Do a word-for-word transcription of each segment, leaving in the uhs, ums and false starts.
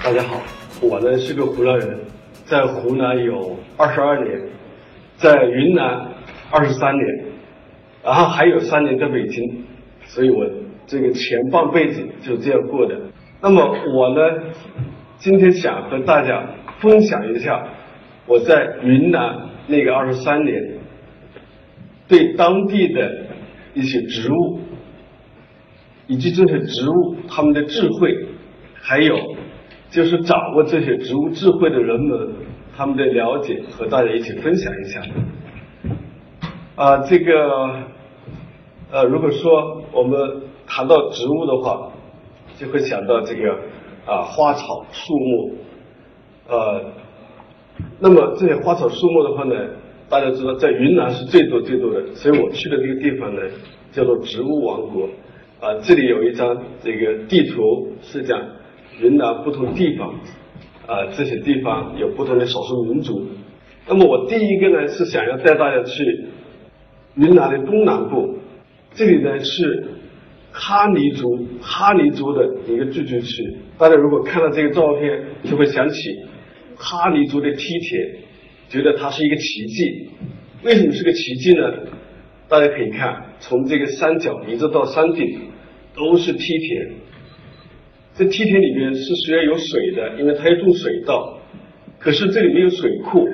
大家好，我呢是个湖南人，在湖南有二十二年，在云南二十三年，然后还有三年在北京，所以我这个前半辈子就这样过的。那么我呢，今天想和大家分享一下我在云南那个二十三年对当地的一些植物，以及这些植物它们的智慧，还有就是掌握这些植物智慧的人们他们的了解，和大家一起分享一下。啊，这个呃，如果说我们谈到植物的话，就会想到这个啊花草树木，呃，那么这些花草树木的话呢，大家知道在云南是最多最多的，所以我去的这个地方呢叫做植物王国。啊，这里有一张这个地图，是讲云南不同地方，啊，这些地方有不同的少数民族。那么我第一个呢是想要带大家去云南的东南部，这里呢是哈尼族，哈尼族的一个聚居区。大家如果看到这个照片，就会想起哈尼族的梯田，觉得它是一个奇迹。为什么是个奇迹呢？大家可以看，从这个山脚一直到山顶都是梯田。这梯田里面是虽然有水的，因为它要种水稻，可是这里没有水库，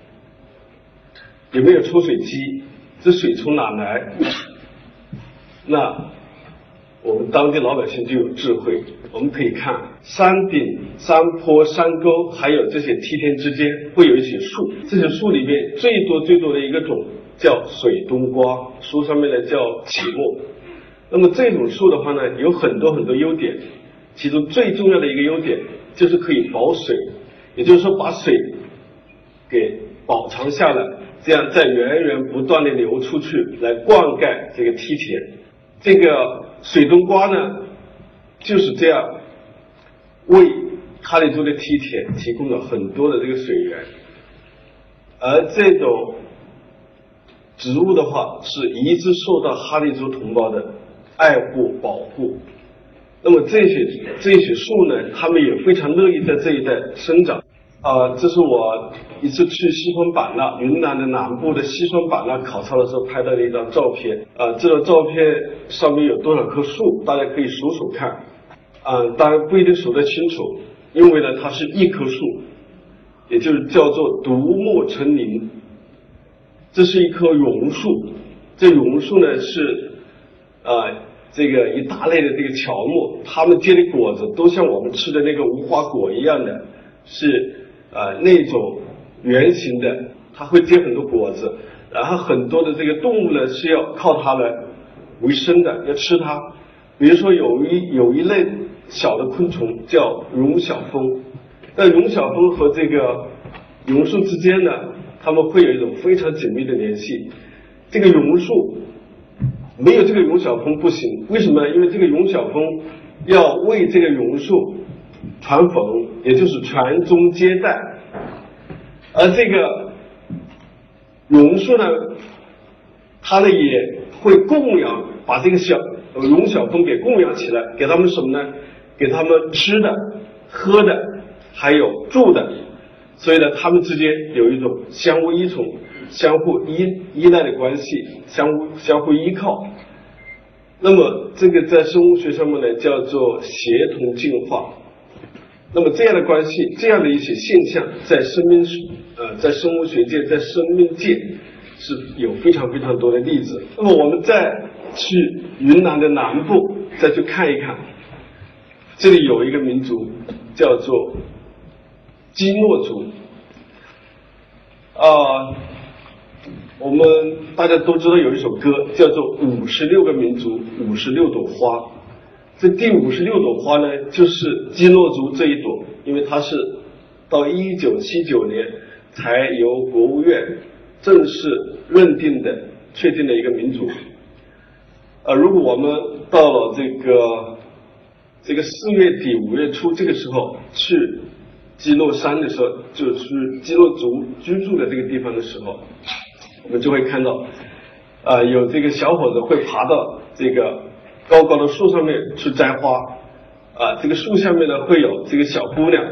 也没有抽水机，这水从哪来？那我们当地老百姓就有智慧，我们可以看山顶、山坡、山沟，还有这些梯田之间会有一些树，这些树里面最多最多的一个种叫水冬瓜，书上面呢叫杞木。那么这种树的话呢，有很多很多优点，其中最重要的一个优点就是可以保水，也就是说把水给保藏下来，这样再源源不断的流出去，来灌溉这个梯田。这个水冬瓜呢，就是这样为哈尼族的梯田提供了很多的这个水源。而这种植物的话，是一直受到哈尼族同胞的爱护保护。那么这些这些树呢，他们也非常乐意在这一带生长。啊、呃，这是我一次去西双版纳，云南的南部的西双版纳考察的时候拍到的一张照片。啊、呃，这张照片上面有多少棵树，大家可以数数看。啊、呃，当然不一定数得清楚，因为呢它是一棵树，也就是叫做独木成林。这是一棵榕树，这榕树呢是呃这个一大类的这个乔木，它们结的果子都像我们吃的那个无花果一样的，是呃那种圆形的，它会结很多果子，然后很多的这个动物呢是要靠它来为生的，要吃它。比如说有一有一类小的昆虫叫绒小蜂，那绒小蜂和这个榕树之间呢，它们会有一种非常紧密的联系。这个榕树没有这个绒小蜂不行，为什么？因为这个绒小蜂要为这个榕树传粉，也就是传宗接代。而这个榕树呢，它呢也会供养，把这个小绒小蜂给供养起来，给他们什么呢？给他们吃的、喝的，还有住的。所以呢，他们之间有一种相互依从、相互依依赖的关系，相互相互依靠。那么这个在生物学上面呢叫做协同进化。那么这样的关系，这样的一些现象，在生命呃在生物学界，在生命界是有非常非常多的例子。那么我们再去云南的南部再去看一看，这里有一个民族叫做基诺族。啊、呃，我们大家都知道有一首歌叫做五十六个民族五十六朵花，这第五十六朵花呢就是基诺族这一朵，因为它是到一九七九年才由国务院正式认定的确定的一个民族。呃，如果我们到了这个这个四月底五月初这个时候去基诺山的时候，就是基诺族居住的这个地方的时候，我们就会看到啊、呃，有这个小伙子会爬到这个高高的树上面去摘花，啊、呃，这个树下面呢会有这个小姑娘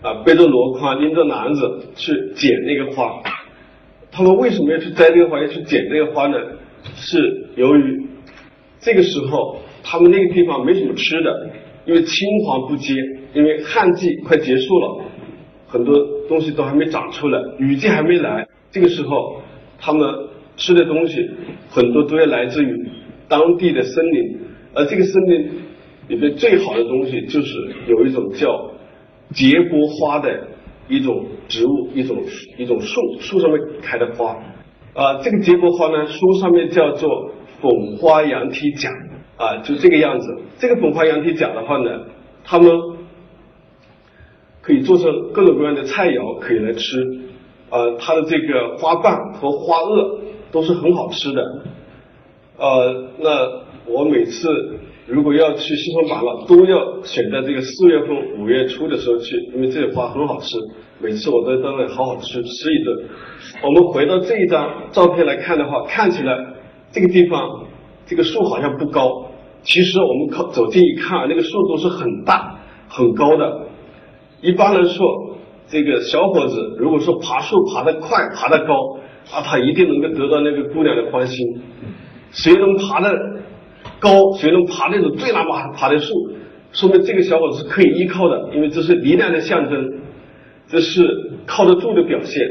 啊背着箩筐拎着篮子去捡那个花。他们为什么要去摘这个花，要去捡这个花呢？是由于这个时候他们那个地方没什么吃的，因为青黄不接，因为旱季快结束了，很多东西都还没长出来，雨季还没来，这个时候他们吃的东西很多都要来自于当地的森林，而这个森林里面最好的东西就是有一种叫结波花的一种植物，一种一种树，树上面开的花。啊、呃，这个结波花呢，书上面叫做粉花羊蹄甲啊、呃，就这个样子。这个粉花羊蹄甲的话呢，它们可以做成各种各样的菜肴，可以来吃。呃，它的这个花瓣和花萼都是很好吃的。呃，那我每次如果要去西双版纳，都要选在这个四月份、五月初的时候去，因为这个花很好吃。每次我都在那里好好吃吃一顿。我们回到这一张照片来看的话，看起来这个地方这个树好像不高，其实我们靠走近一看，那个树都是很大很高的。一般来说，这个小伙子如果说爬树爬得快爬得高啊，他一定能够得到那个姑娘的欢心。谁能爬得高，谁能爬那种最难爬爬的树，说明这个小伙子是可以依靠的，因为这是力量的象征，这是靠得住的表现。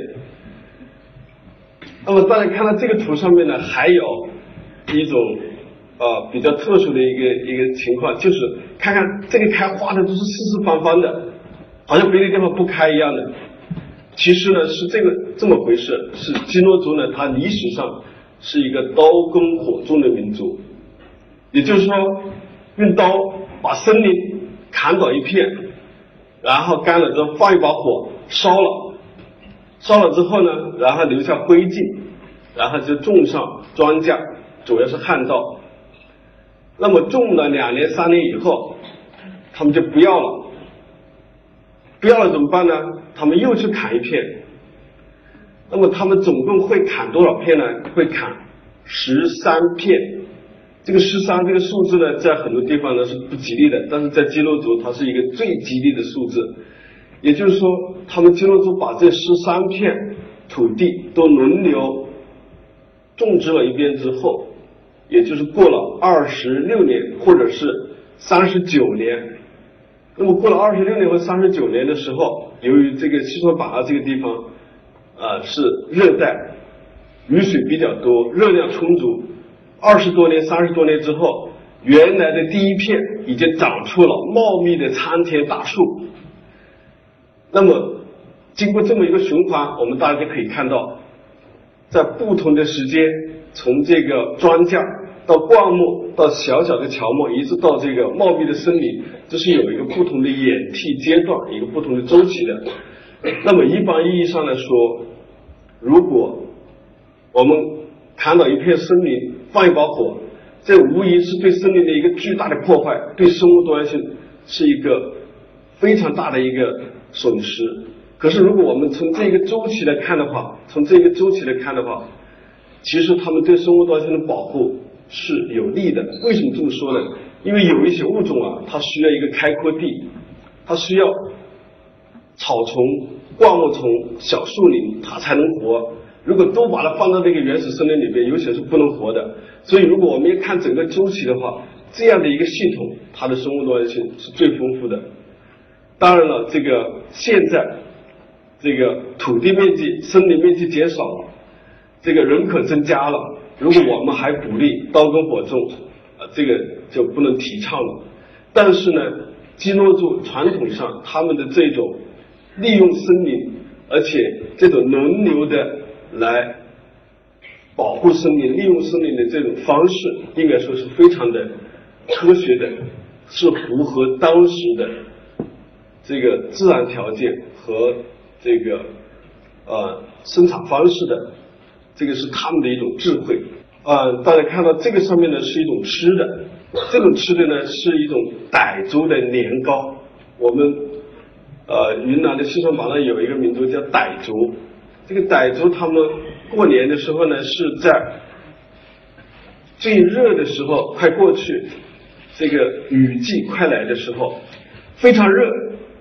那么大家看到这个图上面呢，还有一种呃比较特殊的一个一个情况，就是看看这个开花的都是四四方方的，好像别的地方不开一样的。其实呢是这个这么回事，是基诺族呢，它历史上是一个刀耕火种的民族，也就是说用刀把森林砍倒一片，然后干了之后放一把火烧了，烧了之后呢，然后留下灰烬，然后就种上庄稼，主要是旱稻。那么种了两年三年以后，他们就不要了，不要了怎么办呢？他们又去砍一片。那么他们总共会砍多少片呢？会砍十三片。这个十三这个数字呢，在很多地方呢是不吉利的，但是在基诺族它是一个最吉利的数字。也就是说，他们基诺族把这十三片土地都轮流种植了一遍之后，也就是过了二十六年或者是三十九年。那么过了二十六年和三十九年的时候，由于这个西双版纳这个地方呃是热带，雨水比较多，热量充足，二十多年三十多年之后，原来的第一片已经长出了茂密的参天大树。那么经过这么一个循环，我们大家就可以看到，在不同的时间，从这个庄稼到灌木到小小的乔木，一直到这个茂密的森林，这是有一个不同的演替阶段，一个不同的周期的。那么一般意义上来说，如果我们砍倒一片森林，放一把火，这无疑是对森林的一个巨大的破坏，对生物多样性是一个非常大的一个损失。可是如果我们从这个周期来看的话，从这个周期来看的话，其实他们对生物多样性的保护是有利的。为什么这么说呢？因为有一些物种啊，它需要一个开阔地，它需要草丛、灌木丛、小树林，它才能活。如果都把它放到这个原始森林里边，有些是不能活的。所以如果我们要看整个周期的话，这样的一个系统，它的生物多样性是最丰富的。当然了，这个现在这个土地面积、森林面积减少了，这个人口增加了，如果我们还鼓励刀耕火种，啊，这个就不能提倡了。但是呢，基诺族传统上他们的这种利用森林，而且这种轮流的来保护森林、利用森林的这种方式，应该说是非常的科学的，是符合当时的这个自然条件和这个呃生产方式的，这个是他们的一种智慧。呃，大家看到这个上面呢是一种吃的，这种吃的呢是一种傣族的年糕。我们呃云南的西双版纳有一个民族叫傣族，这个傣族他们过年的时候呢是在最热的时候快过去，这个雨季快来的时候非常热，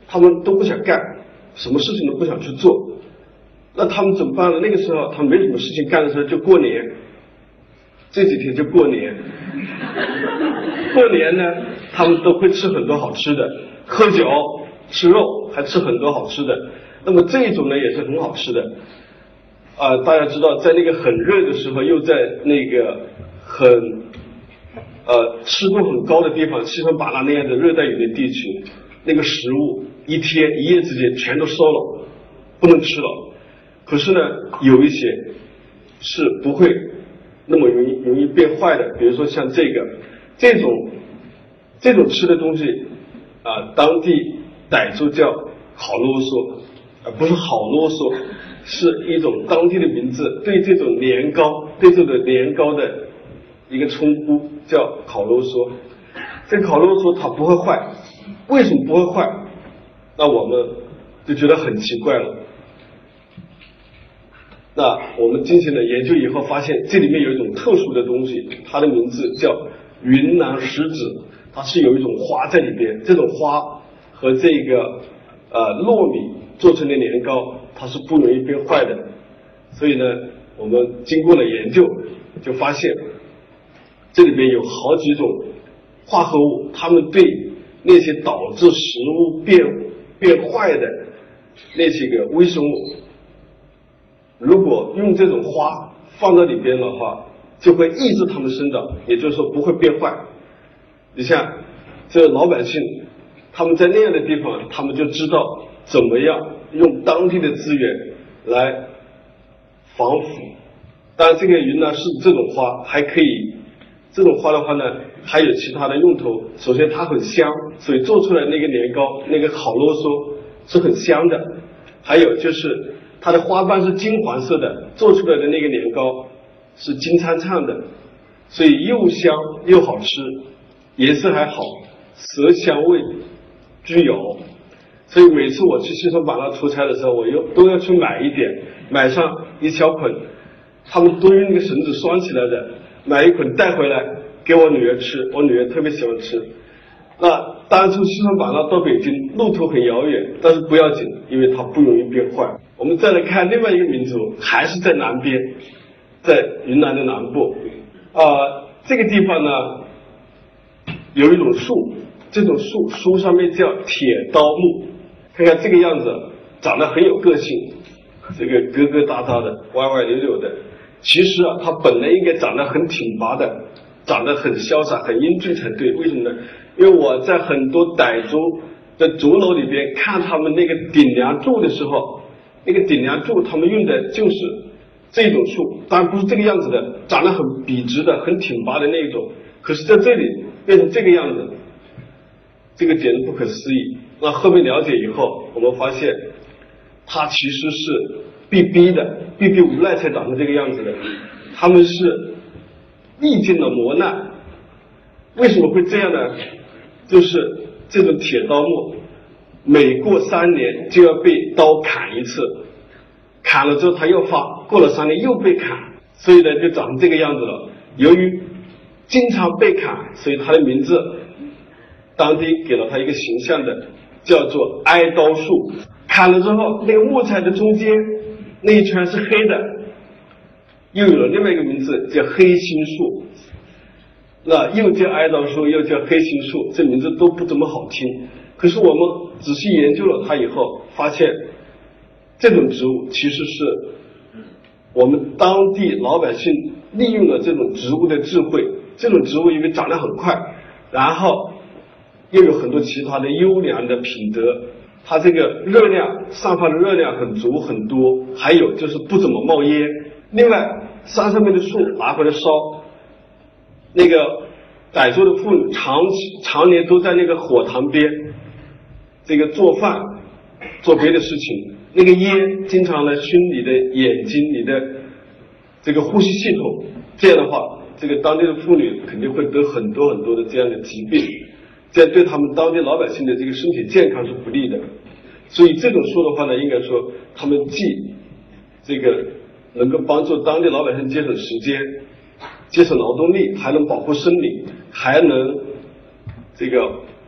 他们都不想干，什么事情都不想去做。那他们怎么办呢？那个时候他们没什么事情干的时候就过年，这几天就过年。过年呢，他们都会吃很多好吃的，喝酒、吃肉，还吃很多好吃的。那么这一种呢也是很好吃的。啊、呃，大家知道，在那个很热的时候，又在那个很呃湿度很高的地方，西双版纳那样的热带雨林地区，那个食物一天一夜之间全都馊了，不能吃了。可是呢，有一些是不会那么容易容易变坏的，比如说像这个这种这种吃的东西啊、呃，当地傣族叫好啰嗦，而不是好啰嗦，是一种当地的名字，对这种年糕对这种年糕的一个称呼叫烤啰嗦。这烤啰嗦它不会坏，为什么不会坏？那我们就觉得很奇怪了。那我们进行了研究以后，发现这里面有一种特殊的东西，它的名字叫云南石子，它是有一种花在里边，这种花和这个呃糯米做成的年糕，它是不容易变坏的。所以呢，我们经过了研究，就发现这里边有好几种化合物，它们对那些导致食物变变坏的那些个微生物，如果用这种花放在里边的话，就会抑制它们生长，也就是说不会变坏。你像这老百姓，他们在那样的地方，他们就知道怎么样用当地的资源来防腐。当然，这个云南是这种花还可以，这种花的话呢，还有其他的用途。首先它很香，所以做出来那个年糕，那个好啰嗦是很香的。还有就是它的花瓣是金黄色的，做出来的那个年糕是金灿灿的，所以又香又好吃，颜色还好，色香味俱有。所以每次我去西双版纳出差的时候，我又都要去买一点，买上一小捆，他们都用那个绳子拴起来的，买一捆带回来给我女儿吃，我女儿特别喜欢吃。那当然从西双版纳到北京路途很遥远，但是不要紧，因为它不容易变坏。我们再来看另外一个民族，还是在南边，在云南的南部啊、呃，这个地方呢有一种树，这种树树上面叫铁刀木，看看这个样子，长得很有个性，这个疙疙瘩瘩的，歪歪扭扭的。其实啊，它本来应该长得很挺拔的，长得很潇洒、很英俊才对。为什么呢？因为我在很多傣族的族楼里边看他们那个顶梁柱的时候，那个顶梁柱他们用的就是这种树，当然不是这个样子的，长得很笔直的、很挺拔的那一种。可是在这里变成这个样子，这个简直不可思议。那后面了解以后，我们发现它其实是被逼的，被逼无奈才长成这个样子的。他们是历尽了磨难，为什么会这样呢？就是这种铁刀木，每过三年就要被刀砍一次，砍了之后它又发，过了三年又被砍，所以呢就长成这个样子了。由于经常被砍，所以它的名字当地给了它一个形象的，叫做哀刀树。砍了之后，那个木材的中间那一圈是黑的，又有了另外一个名字叫黑心树。那又叫哀悼树，又叫黑心树，这名字都不怎么好听。可是我们仔细研究了它以后，发现这种植物其实是我们当地老百姓利用了这种植物的智慧。这种植物因为长得很快，然后又有很多其他的优良的品德，它这个热量散发的热量很足很多，还有就是不怎么冒烟。另外山上面的树拿回来烧，那个傣族的妇女长期常年都在那个火塘边这个做饭做别的事情，那个烟经常来熏你的眼睛，你的这个呼吸系统，这样的话这个当地的妇女肯定会得很多很多的这样的疾病，这样对他们当地老百姓的这个身体健康是不利的。所以这种树的话呢，应该说他们既这个能够帮助当地老百姓节省时间，节省劳动力，还能保护生理，还能这个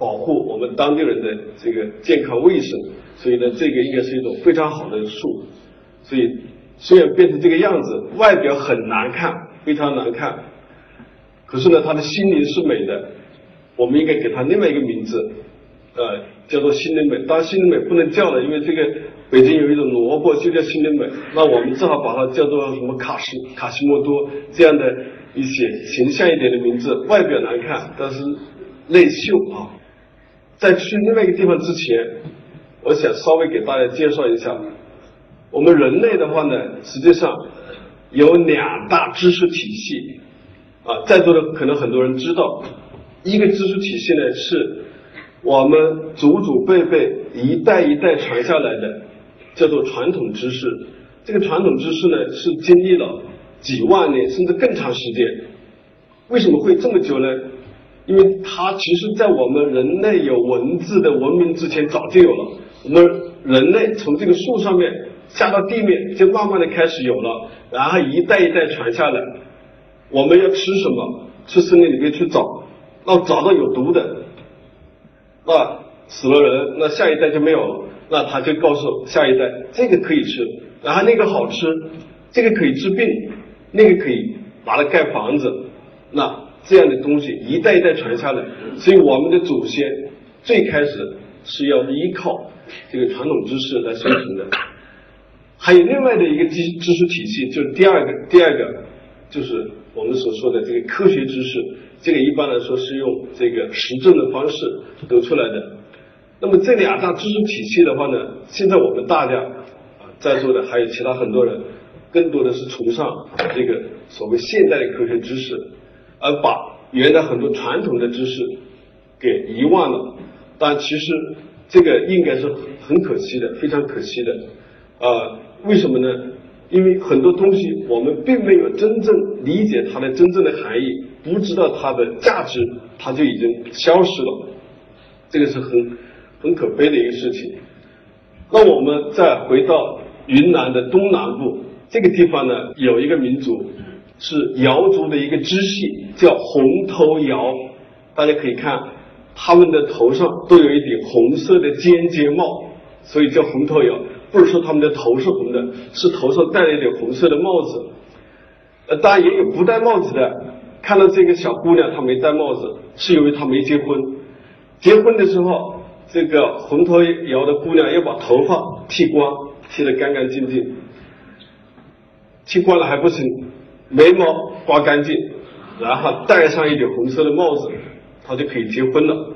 保护我们当地人的这个健康卫生，所以呢，这个应该是一种非常好的树。所以虽然变成这个样子，外表很难看，非常难看，可是呢，它的心灵是美的。我们应该给它另外一个名字，呃，叫做心灵美。当然，心灵美不能叫了，因为这个北京有一种萝卜就叫心灵美，那我们只好把它叫做什么卡西卡西莫多这样的一些形象一点的名字，外表难看，但是内秀啊。在去另外一个地方之前，我想稍微给大家介绍一下，我们人类的话呢，实际上有两大知识体系啊，在座的可能很多人知道，一个知识体系呢是我们祖祖辈辈一代一代传下来的，叫做传统知识。这个传统知识呢是经历了几万年甚至更长时间。为什么会这么久呢？因为它其实在我们人类有文字的文明之前早就有了。我们人类从这个树上面下到地面就慢慢的开始有了，然后一代一代传下来。我们要吃什么，去森林里面去找，那找到有毒的，那死了人，那下一代就没有了，那他就告诉下一代这个可以吃，然后那个好吃，这个可以治病，那个可以拿来盖房子，那这样的东西一代一代传下来。所以我们的祖先最开始是要依靠这个传统知识来生存的。还有另外的一个知知识体系，就是第二个第二个就是我们所说的这个科学知识，这个一般来说是用这个实证的方式得出来的。那么这两大知识体系的话呢，现在我们大家啊在座的还有其他很多人，更多的是崇尚这个所谓现代的科学知识，而把原来很多传统的知识给遗忘了。但其实这个应该是很可惜的，非常可惜的。呃，为什么呢？因为很多东西我们并没有真正理解它的真正的含义，不知道它的价值，它就已经消失了。这个是很很可悲的一个事情。那我们再回到云南的东南部这个地方呢，有一个民族是瑶族的一个支系，叫红头瑶。大家可以看他们的头上都有一顶红色的尖尖帽，所以叫红头瑶。不是说他们的头是红的，是头上戴了一顶红色的帽子。呃，当然也有不戴帽子的，看到这个小姑娘她没戴帽子，是因为她没结婚。结婚的时候，这个红头瑶的姑娘要把头发剃光，剃得干干净净。剃光了还不行，眉毛刮干净，然后戴上一顶红色的帽子，她就可以结婚了。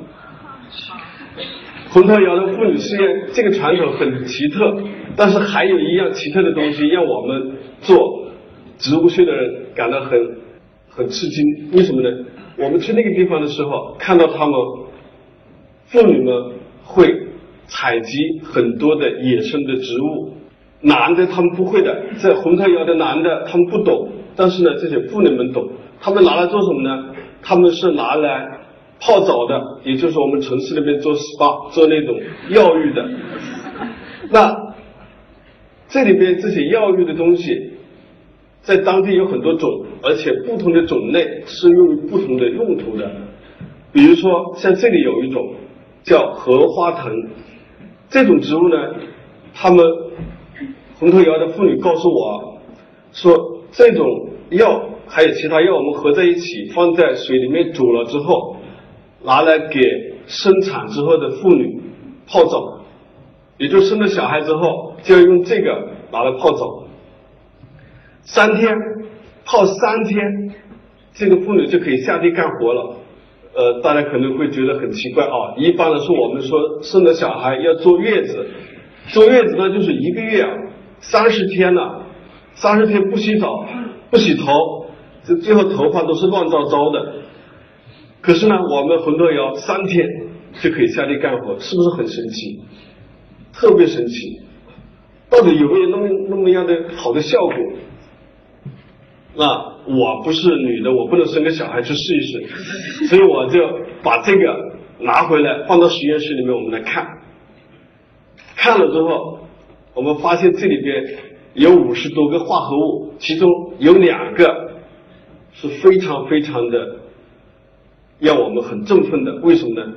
红头瑶的妇女虽然这个传统很奇特，但是还有一样奇特的东西让我们做植物学的人感到很很吃惊。为什么呢？我们去那个地方的时候，看到他们妇女们会采集很多的野生的植物，男的他们不会的，在红头瑶的男的他们不懂，但是呢这些妇女们懂。他们拿来做什么呢？他们是拿来泡澡的，也就是我们城市里面做 S P A 做那种药浴的。那这里边这些药浴的东西在当地有很多种，而且不同的种类是用于不同的用途的。比如说像这里有一种叫荷花藤，这种植物呢，他们红头瑶的妇女告诉我说，这种药还有其他药我们合在一起放在水里面煮了之后，拿来给生产之后的妇女泡澡，也就生了小孩之后就要用这个拿来泡澡，三天泡三天，这个妇女就可以下地干活了。呃，大家可能会觉得很奇怪啊，一般来说我们说生了小孩要坐月子，坐月子呢就是一个月啊，三十天了，三十天不洗澡不洗头，这最后头发都是乱糟糟的。可是呢，我们红头瑶三天就可以下地干活，是不是很神奇？特别神奇。到底有没有那么那么样的好的效果？那我不是女的，我不能生个小孩去试一试，所以我就把这个拿回来放到实验室里面，我们来看。看了之后，我们发现这里边有五十多个化合物，其中有两个是非常非常的让我们很振奋的。为什么呢？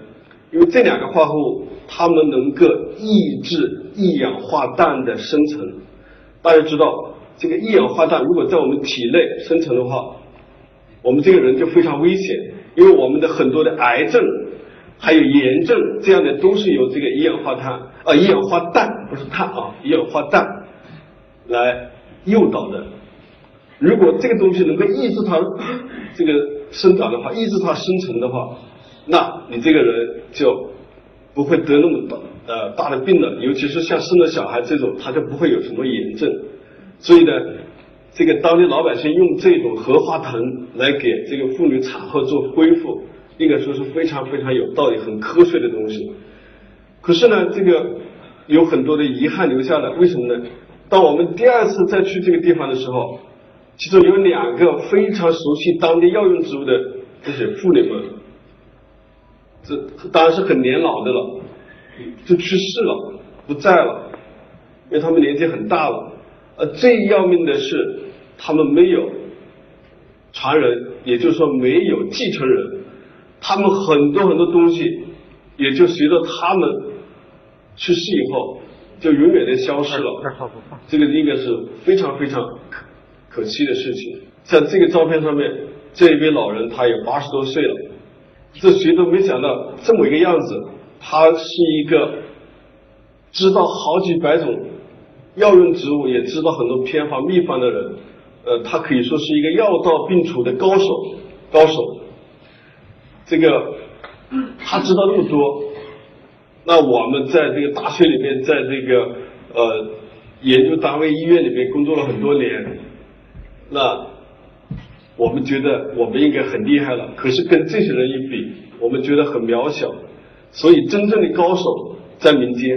因为这两个化合物它们能够抑制一氧化氮的生成。大家知道，这个一氧化氮如果在我们体内生成的话，我们这个人就非常危险，因为我们的很多的癌症还有炎症这样的都是由这个一氧化碳啊一氧化氮不是碳啊一氧化氮来诱导的。如果这个东西能够抑制它这个生长的话，抑制它生成的话，那你这个人就不会得那么大呃大的病了，尤其是像生了小孩这种，他就不会有什么炎症。所以呢，这个当地老百姓用这种荷花藤来给这个妇女产后做恢复，应该说是非常非常有道理、很科学的东西。可是呢，这个有很多的遗憾留下来，为什么呢？当我们第二次再去这个地方的时候，其中有两个非常熟悉当地药用植物的这些妇女们，这当然是很年老的了，就去世了，不在了，因为他们年纪很大了。呃，最要命的是，他们没有传人，也就是说没有继承人，他们很多很多东西，也就随着他们去世以后，就永远的消失了。这个应该是非常非常可可惜的事情。像这个照片上面，这一位老人他有八十多岁了，这谁都没想到这么一个样子，他是一个知道好几百种药用植物，也知道很多偏方秘方的人，呃，他可以说是一个药到病除的高手，高手。这个他知道那么多，那我们在这个大学里面，在这个呃研究单位、医院里面工作了很多年，那我们觉得我们应该很厉害了。可是跟这些人一比，我们觉得很渺小。所以真正的高手在民间。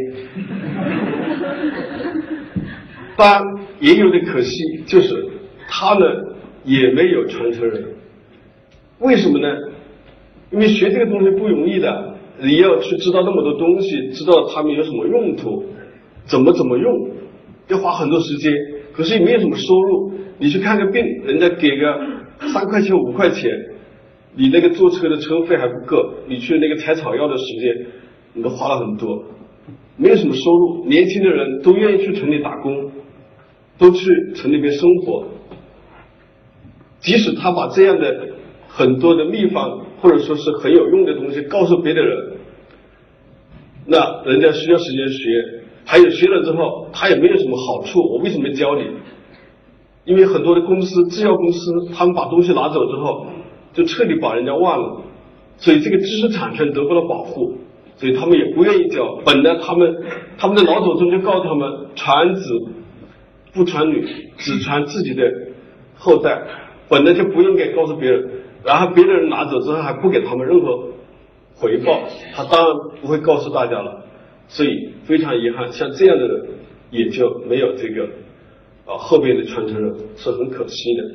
当然也有点可惜，就是他呢也没有传承人。为什么呢？因为学这个东西不容易的，你要去知道那么多东西，知道他们有什么用途，怎么怎么用，要花很多时间，可是也没有什么收入。你去看个病，人家给个三块钱五块钱，你那个坐车的车费还不够，你去那个采草药的时间你都花了很多，没有什么收入。年轻的人都愿意去城里打工，都去城里边生活，即使他把这样的很多的秘方或者说是很有用的东西告诉别的人，那人家需要时间学，还有学了之后他也没有什么好处。我为什么教你？因为很多的公司制药公司，他们把东西拿走之后就彻底把人家忘了，所以这个知识产权得不到保护，所以他们也不愿意教。本来他们他们的老祖宗就告诉他们，传子不传女，只传自己的后代，本来就不应该告诉别人，然后别人拿走之后还不给他们任何回报，他当然不会告诉大家了。所以非常遗憾，像这样的人也就没有这个啊后边的传承人，是很可惜的。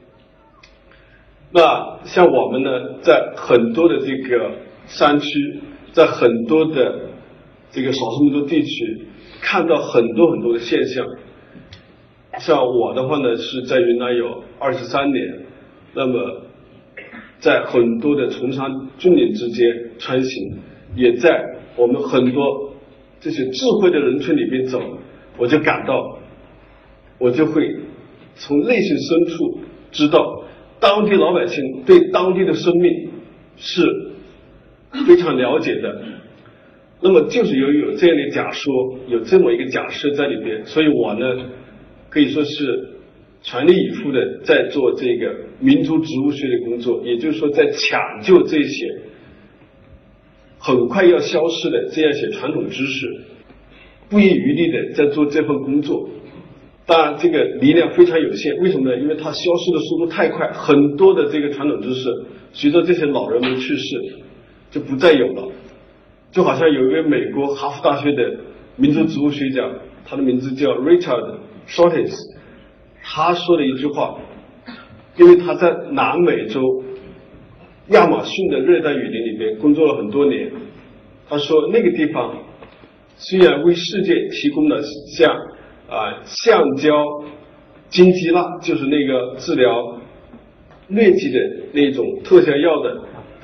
那像我们呢，在很多的这个山区，在很多的这个少数民族地区，看到很多很多的现象。像我的话呢，是在云南有二十三年，那么在很多的崇山峻岭之间穿行，也在我们很多这些智慧的人群里面走，我就感到，我就会从内心深处知道，当地老百姓对当地的生命是非常了解的。那么就是由于有这样的假说，有这么一个假设在里边，所以我呢可以说是全力以赴的在做这个民族植物学的工作，也就是说在抢救这些很快要消失的这样一些传统知识，不遗余力的在做这份工作。当然这个力量非常有限，为什么呢？因为它消失的速度太快，很多的这个传统知识随着这些老人们去世就不再有了。就好像有一位美国哈佛大学的民族植物学家，他的名字叫 Richard Shortis， 他说了一句话，因为他在南美洲亚马逊的热带雨林里边工作了很多年，他说那个地方虽然为世界提供了像啊橡胶金鸡钠，就是那个治疗疟疾的那种特效药的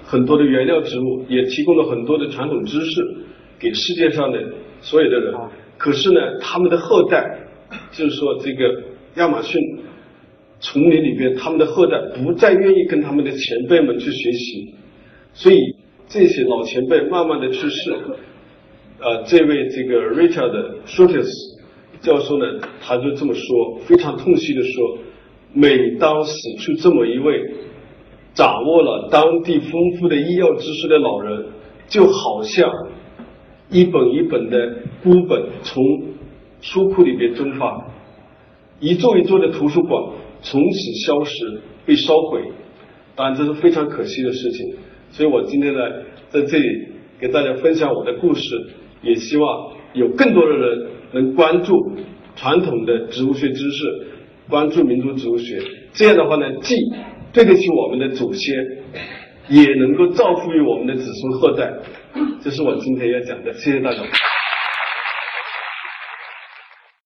很多的原料植物，也提供了很多的传统知识给世界上的所有的人。可是呢，他们的后代，就是说这个亚马逊丛林里边，他们的后代不再愿意跟他们的前辈们去学习，所以这些老前辈慢慢的去世。呃，这位这个 Richard Schultes 教授呢，他就这么说，非常痛惜的说，每当死去这么一位掌握了当地丰富的医药知识的老人，就好像一本一本的孤本从书库里边蒸发，一座一座的图书馆从此消失，被烧毁。当然这是非常可惜的事情，所以我今天呢在这里给大家分享我的故事，也希望有更多的人能关注传统的植物学知识，关注民族植物学，这样的话呢，既对得起我们的祖先，也能够造福于我们的子孙后代。这是我今天要讲的，谢谢大家。